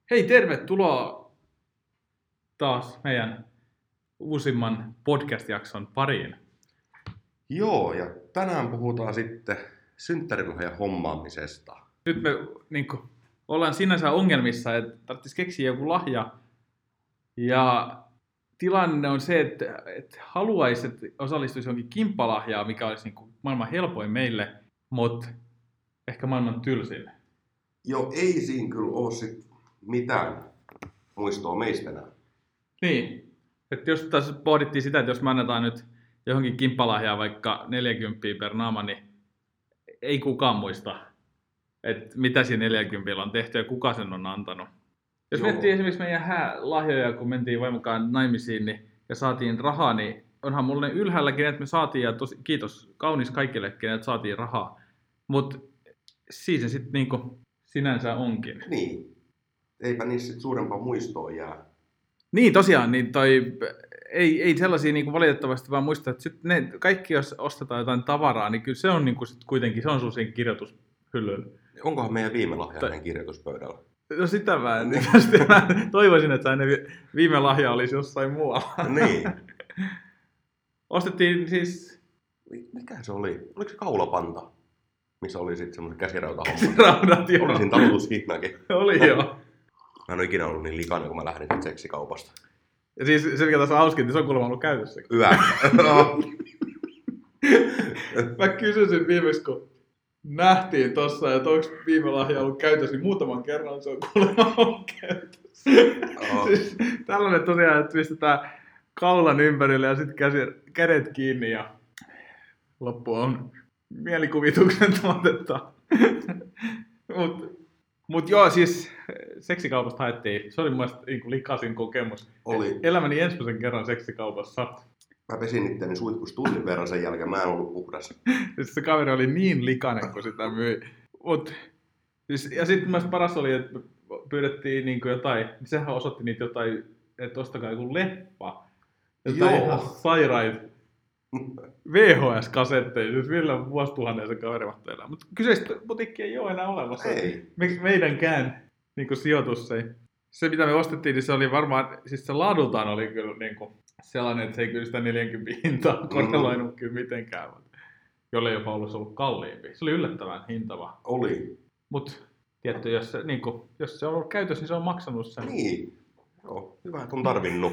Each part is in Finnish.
Hei, tervetuloa taas meidän uusimman podcast-jakson pariin. Joo, ja tänään puhutaan sitten synttärilahjan hommaamisesta. Nyt me ollaan sinänsä ongelmissa, että tarvitsisi keksiä joku lahja. Ja tilanne on se, että haluaisi, että osallistuisi johonkin kimppalahjaa, mikä olisi maailman helpoin meille, mutta ehkä maailman tylsin. Joo, ei siinä kyllä ole sit mitään muistoa meistä enää. Niin, että jos taas pohdittiin sitä, että jos me annetaan nyt johonkin kimppalahjaa vaikka 40 per naama, niin ei kukaan muista, että mitä siinä 40 on tehty ja kuka sen on antanut. Jos miettii esimerkiksi meidän lahjoja, kun mentiin vaimokaan naimisiin ja saatiin rahaa, niin onhan mulle ylhäälläkin, että me saatiin, ja kiitos kaunis kaikille, keneltä saatiin rahaa. Mutta siis se sitten sinänsä onkin. Niin, eipä niissä sit suurempaa muistoa jää. Niin tosiaan, niin ei sellaisia valitettavasti vaan muista, että sit ne kaikki jos ostetaan jotain tavaraa, niin kyllä se on sit kuitenkin, se on sun siinä kirjoitushyllyllä. Onkohan meidän viime lahja hänen kirjoituspöydällä? No sitä mä toivoisin, että aina viime lahja olisi jossain muualla. Niin. Ostettiin siis... Mikä se oli? Oliko se kaulapanta? Missä oli sitten semmoiset käsirautahommat. Käsiraudat, joo. Oli siinä talutushihnakin. Oli joo. Mä en ole ikinä ollut niin likainen, kun mä lähdin sen seksikaupasta. Ja siis se, mikä tässä on hauskin, niin se on kuulemma ollut käytössä. Mä kysyisin viimeksi, kun nähtiin tossa, että onko viime lahja ollut käytössä, niin muutaman kerran se on kuulemma ollut käytössä. Siis tällainen tosiaan, että pistetään kaulan ympärille ja sitten kädet kiinni ja loppu on mielikuvituksen tuotetta. Mut joo, siis seksikaupasta haettiin. Se oli mun mielestä likasin kokemus. Oli. Elämäni ensimmäisen kerran seksikaupassa. Mä pesin itseäni suihkus tunnin verran sen jälkeen, mä en ollut puhdas. Siis se kaveri oli niin likainen, kun sitä myi. Ja sitten mun paras oli, että pyydettiin jotain, niin sehän osoitti niitä jotain, että ostakaa joku leppa. Jotain ihan sairaita VHS-kasetteja, siis millä vuosituhannen se kaveri mahtoi elää. Mutta kyseistä putiikkia ei ole enää olemassa. Ei. Meidänkään sijoitus ei. Se mitä me ostettiin, niin se oli varmaan, siis se laadultaan oli kyllä sellainen, että se ei kyllä sitä 40 hintaa korreloinut kyllä mitenkään. Jolle jopa olisi ollut kalliimpi. Se oli yllättävän hintava. Oli. Mutta tietty, jos se on ollut käytössä, niin se on maksanut sen. Niin. Joo, hyvä, että on tarvinnut.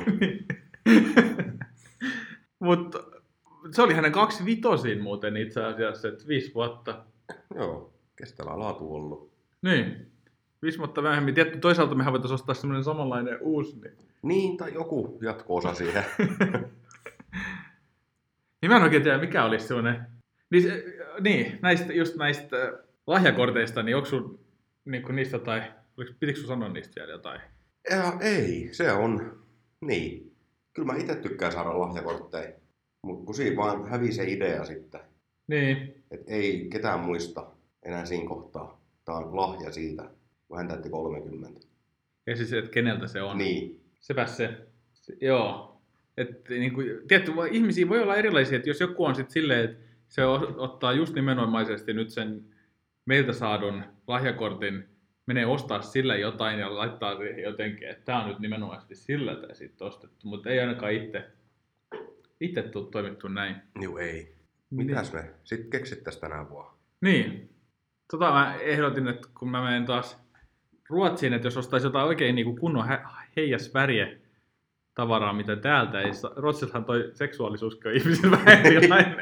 Mutta se oli hänen 25 muuten itse asiassa, että 5 vuotta. Joo, kestävää laatu ollut. Niin, 5 vuotta vähemmän. Tietty, toisaalta mehän voitaisiin ostaa semmoinen samanlainen uusi. Niin, tai joku jatko-osa siihen. Niin mä en oikein tiedä, mikä olisi semmoinen. Niin, näistä lahjakorteista, niin onko sun niistä tai pitikö sun sanoa niistä vielä jotain? Ei, se on. Niin. Kyllä mä itse tykkään saada lahjakortteja. Mutta kun siinä vaan hävii se idea sitten. Niin. Että ei ketään muista enää siinä kohtaa. Tää on lahja siitä, kun hän täytti 30. Ja siis, että keneltä se on. Niin. Sepä se. Joo. Että tietty, ihmisiä voi olla erilaisia, että jos joku on sitten silleen, että se ottaa just nimenomaisesti nyt sen meiltä saadun lahjakortin, menee ostaa sillä jotain ja laittaa siihen jotenkin, että tämä on nyt nimenomaisesti sillä tai sitten ostettu, mutta ei ainakaan itse tule toimittu näin. Joo, ei. Mitäs me sitten keksittäisiin tänä vuonna? Niin. Mä ehdotin, että kun mä menen taas Ruotsiin, että jos ostaisi jotain oikein kunnon heijasväriä tavaraa, mitä täältä ei saa. Ruotsissahan toi seksuaalisuuskin on ihmisillä vähän erilainen.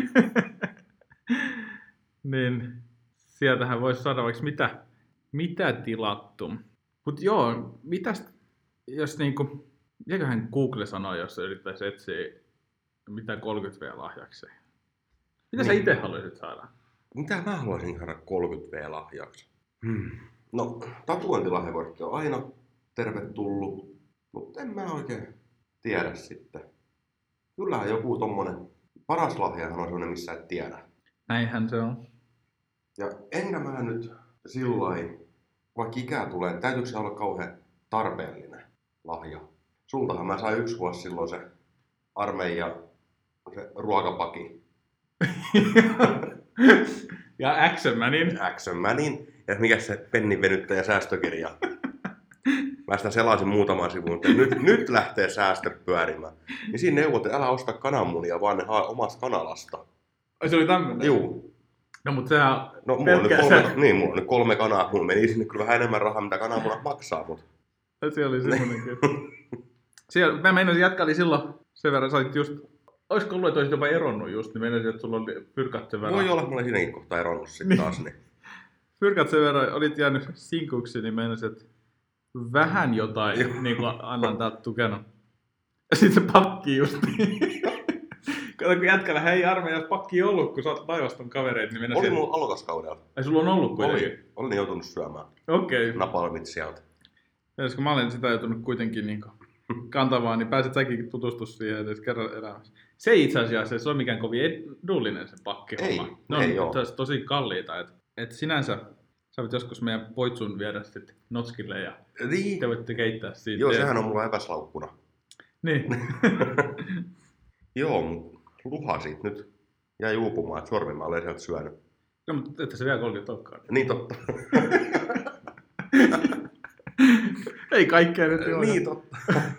Niin sieltähän voisi saada vaikka mitä tilattu. Mut joo, mitäs jos mikäköhän Google sanoo, jos yrittäisi etsiä mitä 30V-lahjaksi? Mitä sä itse haluaisit saada? Mitä mä haluaisin saada 30V-lahjaksi? No, tatuointilahjakortti on aina tervetullut, mutta en mä oikein tiedä sitten. Kyllähän joku tommonen paras lahjahan on semmonen, missä et tiedä. Näinhän se on. Ja enkä mä nyt sillain, vaikka ikää tulee, täytyykö se olla kauhean tarpeellinen lahja? Sultahan mä sain 1 vuosi silloin se armeija, se ruokapaki. Ja Action Manin. Ja mikä se penninvenyttäjä säästökirja? Mä sitä selasin muutaman sivun, että nyt lähtee säästöt pyörimään. Niin siinä neuvotin, älä osta kananmunia, vaan ne hae omasta kanalasta. Ai se oli tämmönen? Juu. No mut sehän No mulla on nyt 3 kanaa, mulla meni sinne kyllä vähän enemmän rahaa, mitä kananmunat maksaa, mutta... Se oli semmonenkin. Siellä, mä meinasin jatkaa, silloin sen verran sä olit just... Olisiko ollut, että olisit jopa eronnut just, niin meinasin, että sulla oli fyrkat sen verran. Voi olla, mulla siinäkin kohtaa eronnut sitten taas. Niin. Fyrkat sen verran olit jäänyt sinkuksi, niin meinasin, että vähän jotain niin kuin annan täältä tukenut. Ja sitten se pakki just niin. Kato, kun jätkällä ei armeijassa pakki ollut, kun sä oot taivaston kavereita, niin meinasin... Oli mulla alokaskaudella. Ai sulla on ollut kuitenkin? Olin joutunut syömään. Okei. Napalmit sieltä. Ja kun mä olen sitä joutunut kuitenkin niin kantamaan, niin pääset säkin tutustua siihen edes kerran elämässä. Se ei itse asiassa se on mikään kovin edullinen se pakkihomma. Ei on tosi kalliita. Et sinänsä sä voit joskus meidän poitsun viedä sitten Notskille ja niin. te voitte keittää siitä. Joo, sehän on mulla eväslaukkuna. Niin. Joo, mutta luha siitä nyt jäi uupumaan, että sormin mä olen sieltä syönyt. No, mutta ette se vielä 30 olekaan. Niin totta. Ei kaikkea nyt ole. Niin totta.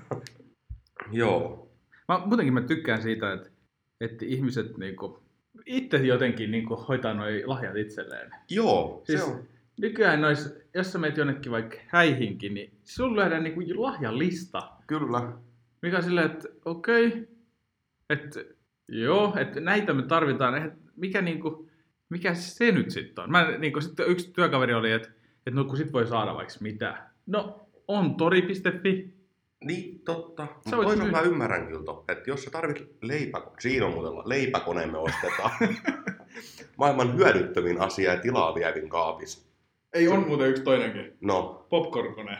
Joo. Muutenkin mä tykkään siitä, että ihmiset niinku, itse jotenkin niinku, hoitaa noi lahjat itselleen. Joo, siis, se on. Nykyään jos sä menet jonnekin vaikka häihinkin, niin sulla lyödään niinku lahjalista. Kyllä. Mikä on silleen, että okei, että joo, että näitä me tarvitaan. Mikä se nyt sitten on? Sitten yksi työkaveri oli, että no kun sit voi saada vaikka mitä. No, on tori.fi. Niin, totta. Toisaalta mä ymmärrän kyllä, että jos sä tarvit leipäkone, siinä on muuten leipäkone me ostetaan. Maailman hyödyttömin asia ja tilaa vievin kaapis. Ei, on muuten yksi toinenkin. No. Popcorn-kone.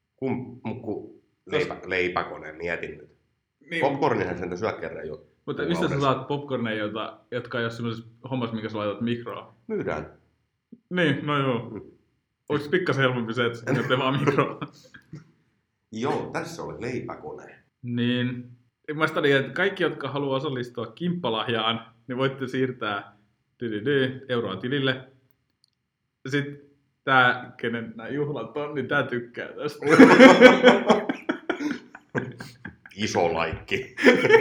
Leipäkone, mietin nyt. Niin. Popcornihan sen syö kerran jo. Mutta mistä sä saat popcorneja, jotka ei ole semmoisessa hommassa, minkä sä laitat mikroon? Myydään. Niin, no joo. Olisi pikkasen helpompi se, että sä vaan mikroon. Joo, tässä oli leipäkone. Niin. Mielestäni oli, että kaikki, jotka haluaa osallistua kimppalahjaan, niin voitte siirtää euroa tilille. Sitten tää, kenen nämä juhlat on, niin tää tykkää tästä. Iso laikki.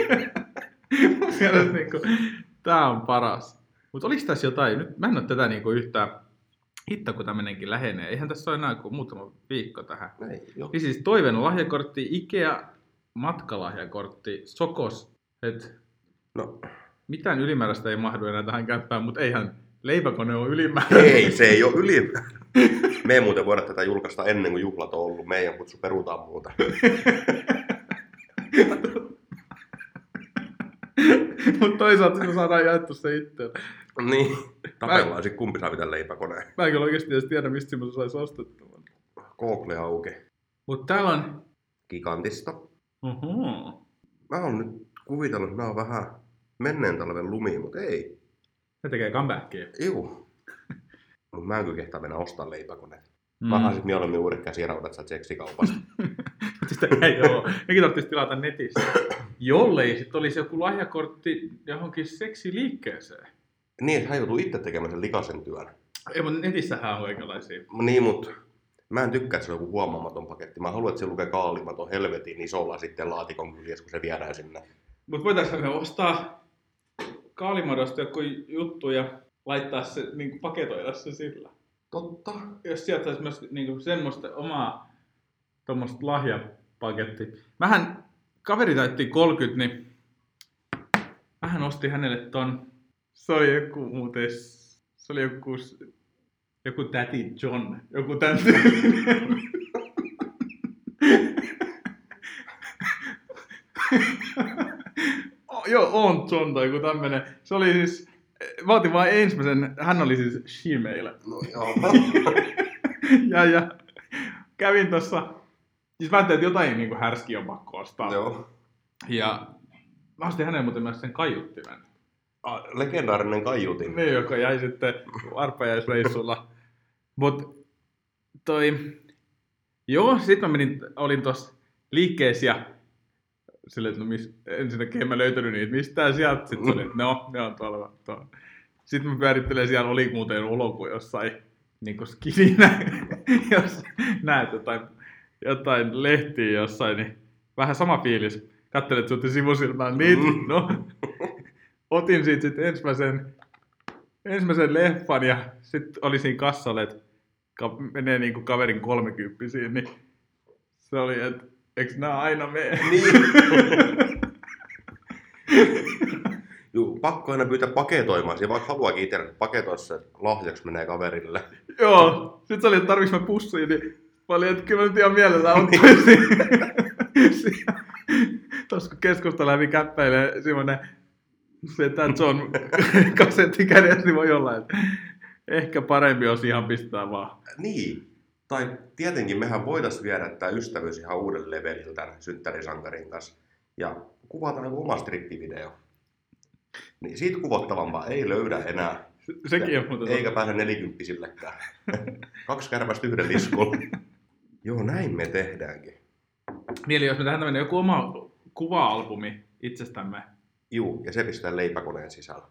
Tää on paras. Mutta oliks tässä jotain, nyt mä en oo tätä niinku yhtään hitto, kun tämmönenkin lähenee. Eihän tässä ole enää kuin muutama viikko tähän. Ei, jo. Niin siis toiveen lahjakortti, Ikea matkalahjakortti, Sokos. No. Mitään ylimääräistä ei mahdu enää tähän kämppään, mutta eihän leipäkone ole ylimääräinen. Ei, se ei ole ylimääräinen. Me ei muuten voida tätä julkaista ennen kuin juhlat on ollut. Meidän kutsu perutaan muuta. Mutta toisaalta sitä saadaan jaettu se itse. Niin, tapellaan sitten kumpi saa mitään leipäkoneen. Mä en kyllä oikeasti edes tiedä, mistä semmoisen saisi ostettua. Google auki. Mutta täällä on... Gigantista. Oho. Mä oon nyt kuvitellut, että nää on vähän menneen talven lumia, mutta ei. Ne tekee comebackia. Juu. Mut mä en kyllä kehtaa mennä ostaa leipäkoneet. Mä oon sit mieluummin uudet käsiraudat sieltä seksikaupasta. Sitä ei oo. Nekin tarvitsisi tilata netistä. Jollei sit olisi joku lahjakortti johonkin seksiliikkeeseen. Niin, että hän joutuu itse tekemään sen likaisen työn. Ei, mutta netissähän on oikeanlaisia. Niin, mutta mä en tykkää, että se on joku huomaamaton paketti. Mä haluan, että se lukee kaalimaton helvetin isolla sitten laatikon kyljessä, kun se viedään sinne. Mutta voitaisiin me ostaa kaalimadosta joku juttu ja laittaa se, niin paketoida se sillä. Totta. Jos sieltä saisi myös niin semmoista omaa tuommoista lahjapakettia. Mähän, kaveri täytti 30, niin mähän ostin hänelle ton, se oli joku täti John, joku tän tyylinen. Joo, on John tai joku tämmönen. Se oli siis, mä otin vaan ensimmäisen, hän oli siis Gmail. No joo. ja kävin tossa, siis mä ajattelin, että jotain niin härskiä on pakko ostaa. Joo. Ja mä ostin hänelle muuten myös sen kaiuttimen. Legendaarinen kaiutin. Niin, joka jäi sitten arpajaisreissulla. Mut joo, sit mä olin tossa liikkeessä ja silleen, että ensinnäkin en mä löytänyt niitä mistään sieltä. Sitten se oli, että no, ne on tuolla. Sitten mä pyörittelen siellä, oli muuten olo kuin jossain niin kuin skinina, jos näet jotain jotain lehtiä jossain, niin vähän sama fiilis. Kattelet sut sivusilmään niitä. No, otin siitä sitten ensimmäisen leffan ja sitten oli siinä kassalla, että menee niinku kaverin 30, niin se oli, että eikö nää aina mene? Niin. Juu, pakko aina pyytää paketoimaan. Siinä vaikka haluakin itse paketoida se lahjaksi menee kaverille. Joo, sit se oli, että tarviks mä pussiin, niin mä olin, että kyllä mä nyt ihan mielellään ottaisin. Tuossa kun keskusta läpi käppäilee semmonen Setä John kasetti kädessä, niin voi olla, että ehkä parempi olisi ihan pistää vaan. Niin. Tai tietenkin mehän voitaisiin viedä tämä ystävyys ihan uudelle levelille tämän synttärisankarin kanssa. Ja kuvataan joku oma strippivideo. Niin siitä kuvottavampaa ei löydä enää. Sekin on muuta. Eikä pääse 40-sillekään. 2 kärpästä yhden iskulla. Joo, näin me tehdäänkin. Mieli, jos me tehdään tämmöinen joku oma kuva-albumi itsestämme. Juu, ja se pistää leipäkoneen sisällä.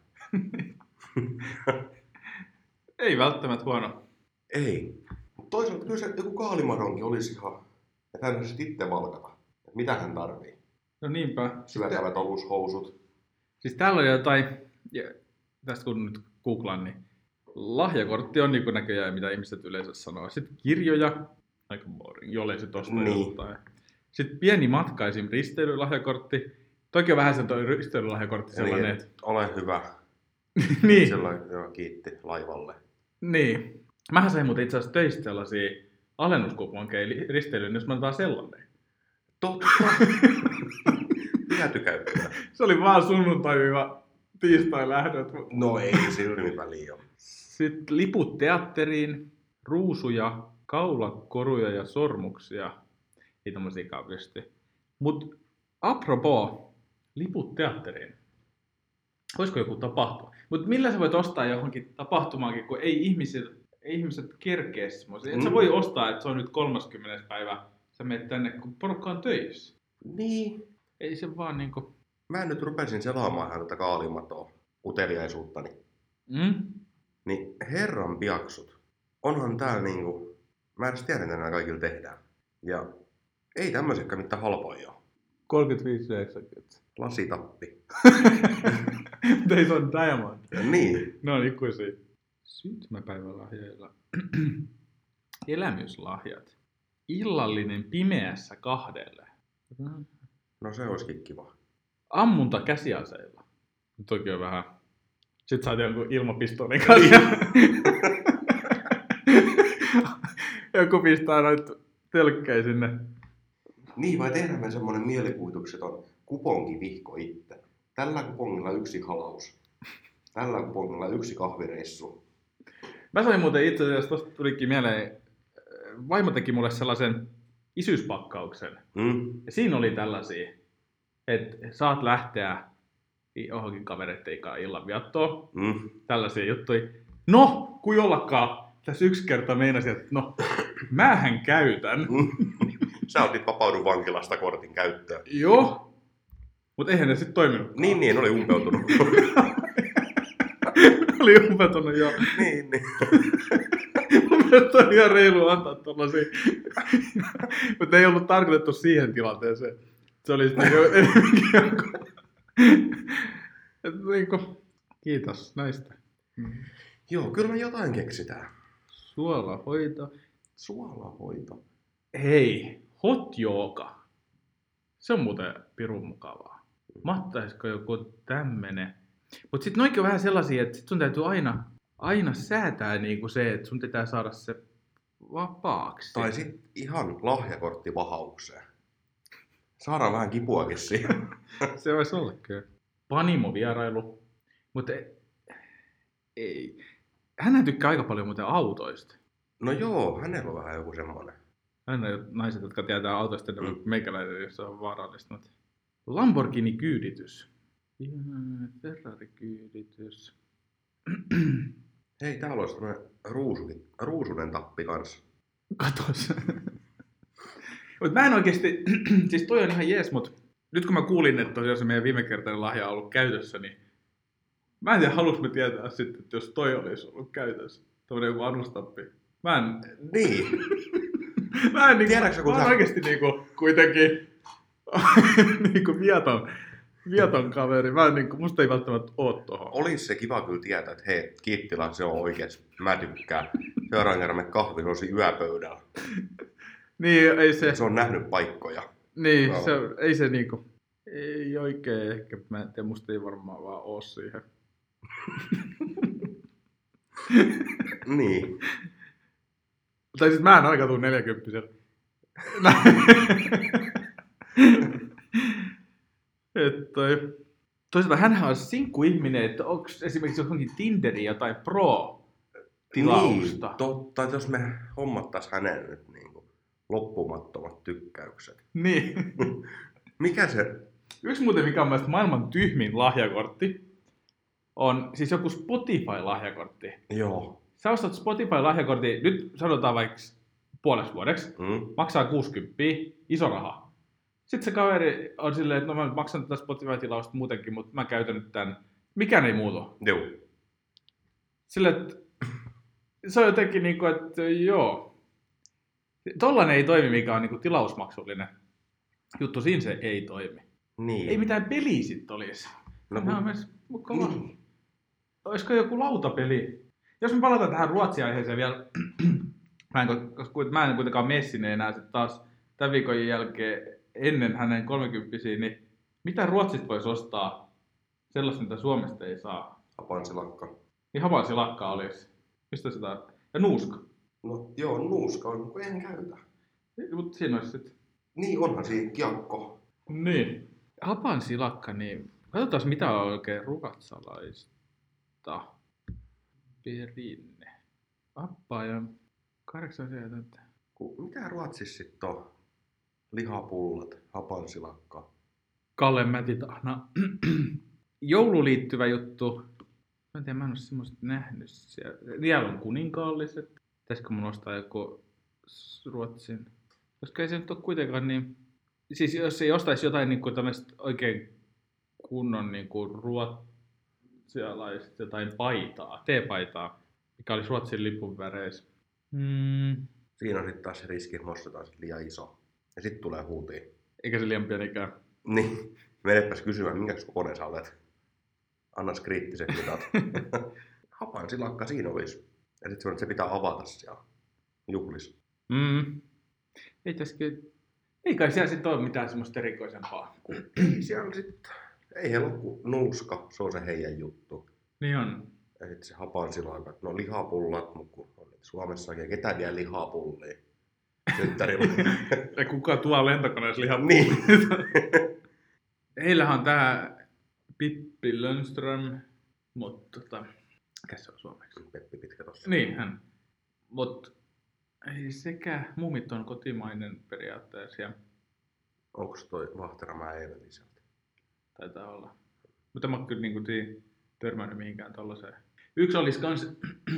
Ei välttämättä huono. Ei. Mutta toisaalta kyllä se joku kaalimadonkin olisi ihan, että hän olisi itse valkata. Että mitä hän tarvii. No niinpä. Syötävät alushousut. Siis täällä on jotain, tästä kun nyt googlaan, niin lahjakortti on niin näköjään, mitä ihmiset yleensä sanoo. Sitten kirjoja, aika boring, jollei se tosta niin. Jotain. Sitten pieni matka, esim. Risteilylahjakortti. Toki on vähän sen toi risteilylahjakortti sellainen, niin, että... Ole hyvä. Niin. Sellainen, joo, kiitti laivalle. Niin. Mähän sain muuten itse asiassa töistä sellaisia alennuskuponkeja risteilyyn, jos mä otetaan sellainen. Totta. Hyötykäyttöä. Se oli vaan sunnuntai-tiistai lähdöt. No ei silmin väliä ole. Sitten liput teatteriin, ruusuja, kaulakoruja ja sormuksia. Ei tommosiakaan pysty. Mut apropos, liput teatteriin. Olisiko joku tapahtuma? Mut millä sä voit ostaa johonkin tapahtumaankin, kun ei ihmiset kerkee semmoisia. Et sä voi ostaa, että se on nyt 30. päivä. Sä menet tänne, kun porukka on töissä. Niin. Ei se vaan niinku... Mä nyt rupesin selaamaan ihan tätä kaalimatoa uteliaisuuttani. Niin herran piaksut. Onhan tää niinku... Mä en edes tiedä, mitä nämä kaikilla tehdään. Ja ei tämmöisetkään mitään halpoja ole. 35,90. Lasitappi. Ei se on diamond. Niin. Ne on ikuisia. Syntymäpäivälahjoilla. Elämyslahjat. Illallinen pimeässä 2. No se olisikin kiva. Ammunta käsiaseilla. Toki on vähän. Sitten saat jonkun ilmapistoolin kanssa. Joku pistää noita telkkejä sinne. Niin, vai tehdään me semmonen mielikuvitukseton kuponkivihko itse. Tällä kupongilla 1 halaus. Tällä kupongilla 1 kahvireissu. Mä sain muuten itse asiassa, tosta tulikin mieleen, vaimo teki mulle sellaisen isyyspakkauksen. Ja siinä oli tällaisia, että saat lähteä johonkin kavereiden illanviettoon. Tällaisia juttuja. No, kun jollakaan tässä yksi kerta meinasin, että no, mähän käytän. Sä otit vapaudu vankilasta kortin käyttöön. Joo, mutta eihän ne sitten toiminut. Niin, oli umpeutunut. Oli umpeutunut, joo. niin. Mun mielestä on ihan reilu antaa tollasia. Mutta ei ollut tarkoitettu siihen tilanteeseen. Se oli sitten enemmänkin joku. Niinku, kiitos näistä. Joo, kyllä me jotain keksitään. Suolahoito. Hei, hot yoga. Se on muuten pirun mukavaa. Mahtaisiko joku tämmönen? Mut sit noikin on vähän sellaisia, että sit sun täytyy aina säätää niinku se, että sun pitää saada se vapaaksi. Tai sit ihan lahjakortti vahaukseen. Saadaan vähän kipuakin siihen. Se vois olla kyllä. Panimo-vierailu. Mutta ei. Hänhän tykkää aika paljon muuten autoista. No joo, hänellä on vähän joku semmonen. Aina naiset, jotka tietää autoista enemmän kuin meikäläinen, jos se on vaarallista. Lamborghini-kyyditys. Ferrari-kyyditys. Hei, täällä olisi tämmönen ruusunen tappi kanssa. Katos. Mut mä en oikeesti, siis toi on ihan jees, mut nyt kun mä kuulin, että tosiaan se meidän viimekertainen lahja on ollut käytössä, niin mä en tiedä, haluuks me tietää sitten, että jos toi olisi ollut käytössä. Tommoinen joku annustappi. Mä en... Niin. Mä en Tiedätkö, kun mä oon sä... oikeesti niinku kuitenkin niinku vieton kaveri. Mä en niinku, musta ei välttämättä oo tohon. Olis se kiva kyllä tietää, että hei, Kittilä, se on oikeesti. Mä tykkään. Seuraavan kerran me kahvin olisi yöpöydällä. Niin, ei se... Se on nähnyt paikkoja. Niin, se, ei se niinku... Ei oikein ehkä, mä en tiedä, musta ei varmaan vaan oo siihen. Niin. Tai siis mä en ainakaan tuu 40-vuotiaana. Toisaalta hänhän on sinkkuihminen, että onko esimerkiksi johonkin Tinderiin jotain pro-tilausta? Niin, totta, jos me hommattais hänen nyt niinku loppumattomat tykkäykset. Niin. Mikä se... Yksi muuten, mikä on mielestäni maailman tyhmin lahjakortti, on siis joku Spotify-lahjakortti. Joo. Sä ostat Spotify-lahjakortin, nyt sanotaan vaikka puoleksi vuodeksi, maksaa 60, iso raha. Sitten se kaveri on silleen, että no mä maksan tätä Spotify-tilausta muutenkin, mutta mä käytän nyt tän. Mikään ei muutu. Joo. Silleen, että se on jotenkin niinku, että joo. Tollainen ei toimi, mikä on niinku tilausmaksullinen juttu, siinä se ei toimi. Niin. Ei mitään peliä sit olisi. No, Nämä on myös kova. niin. Olisiko joku lautapeli? Jos me palataan tähän Ruotsi-aiheeseen vielä, mä en kuitenkaan mene sinne enää sit taas tämän viikon jälkeen ennen hänen 30-vuotiaisiin, niin mitä Ruotsista voisi ostaa sellaista, mitä Suomesta ei saa? Hapansilakka. Niin hapansilakka olisi. Mistä sitä? Ja nuuska. No joo, nuuska on, kun en käytä. Mutta siinä olisi sitten. Niin, onhan siinä kiakko. Niin. Hapansilakka, niin katsotaan mitä on oikein rukatsalaista. Perinne. Appaa ja 8 sieltä. Mitä Ruotsissa sitten on? Lihapullat, hapansilakka. Kalle Mätitahna. Jouluun liittyvä juttu. Mä en tiedä, mä en ole semmoista nähnyt siellä. Vielä on kuninkaalliset. Pitäisikö mun ostaa joku Ruotsin? Koska ei se nyt ole kuitenkaan niin... Siis jos ei ostaisi jotain niin kuin tämmöistä oikein kunnon niin kuin ruotsialaista jotain paitaa, teepaitaa, mikä olisi Ruotsin lipun väreissä. Siinä on sitten taas se riski, että nostetaan sit liian iso. Ja sitten tulee huutiin. Eikä se liian pienikään. Niin, menepäs kysymään, minkä kokoinen sä olet. Annas kriittiset mitat. Hapansilakka siinä olisi. Ja sitten se pitää avata siellä juhlissa. Ei kai siellä sitten ole mitään semmoista erikoisempaa. Ei siellä sitten, ei heillä ole kuin nuuska, se on se heidän juttu. Niin on. Ja sitten se hapansilakka, no lihapullat, mutta kun on Suomessakin, ja ketään vie lihapullia synttärillä. Ja kuka tuo lentokoneessa lihapullia? Niin. Heillähän on tää Pippi Lönnström, mutta mikä se on suomeksi? Peppi pitkä tossa. Niin, hän. Mut ei sekä Mumit on kotimainen periaatteessa. Ja... Onks toi Vahteramäen Eeveli sieltä? Taitaa olla. Mutta mä oon kyllä niinku törmännyt mihinkään tollaseen. Yksi olisi kans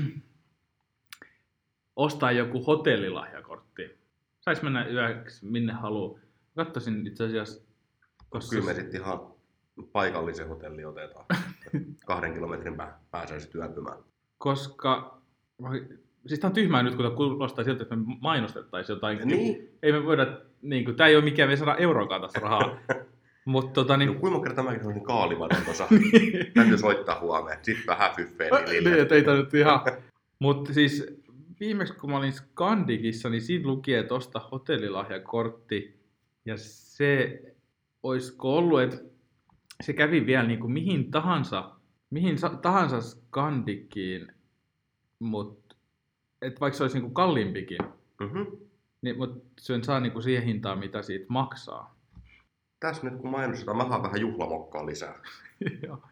ostaa joku hotellilahjakortti. Sais mennä yöksi minne haluu. Katsoisin itse asiassa... Kyllä me sitten ihan paikallisen hotelli otetaan. 2 kilometrin pääsee sitten yöpymään. Koska... Siis tää on tyhmää nyt, kun kuulostaa siltä, että me mainostettaisiin jotain. Niin. Ei me voida, niinku, tää ei oo mikään, me ei saada euroakaan tästä rahaa. Mut No kuinka kertaa mäkin sanoisin kaalivaden tuossa. Täytyy soittaa huomenna. Sitten vähän fyffeilille. Niin, et ei tää nyt ihan. Mutta siis viimeksi kun mä olin Skandikissa, niin siinä luki, että osta hotellilahjakortti. Ja se oisko ollut, että se kävi vielä niinku mihin tahansa Skandikiin, mutta että vaikka se olisi niinku kalliimpikin, niin, mutta sen saa niinku siihen hintaan, mitä siitä maksaa. Tässä nyt kun mainostetaan, mä saan vähän juhlamokkaa lisää. Joo.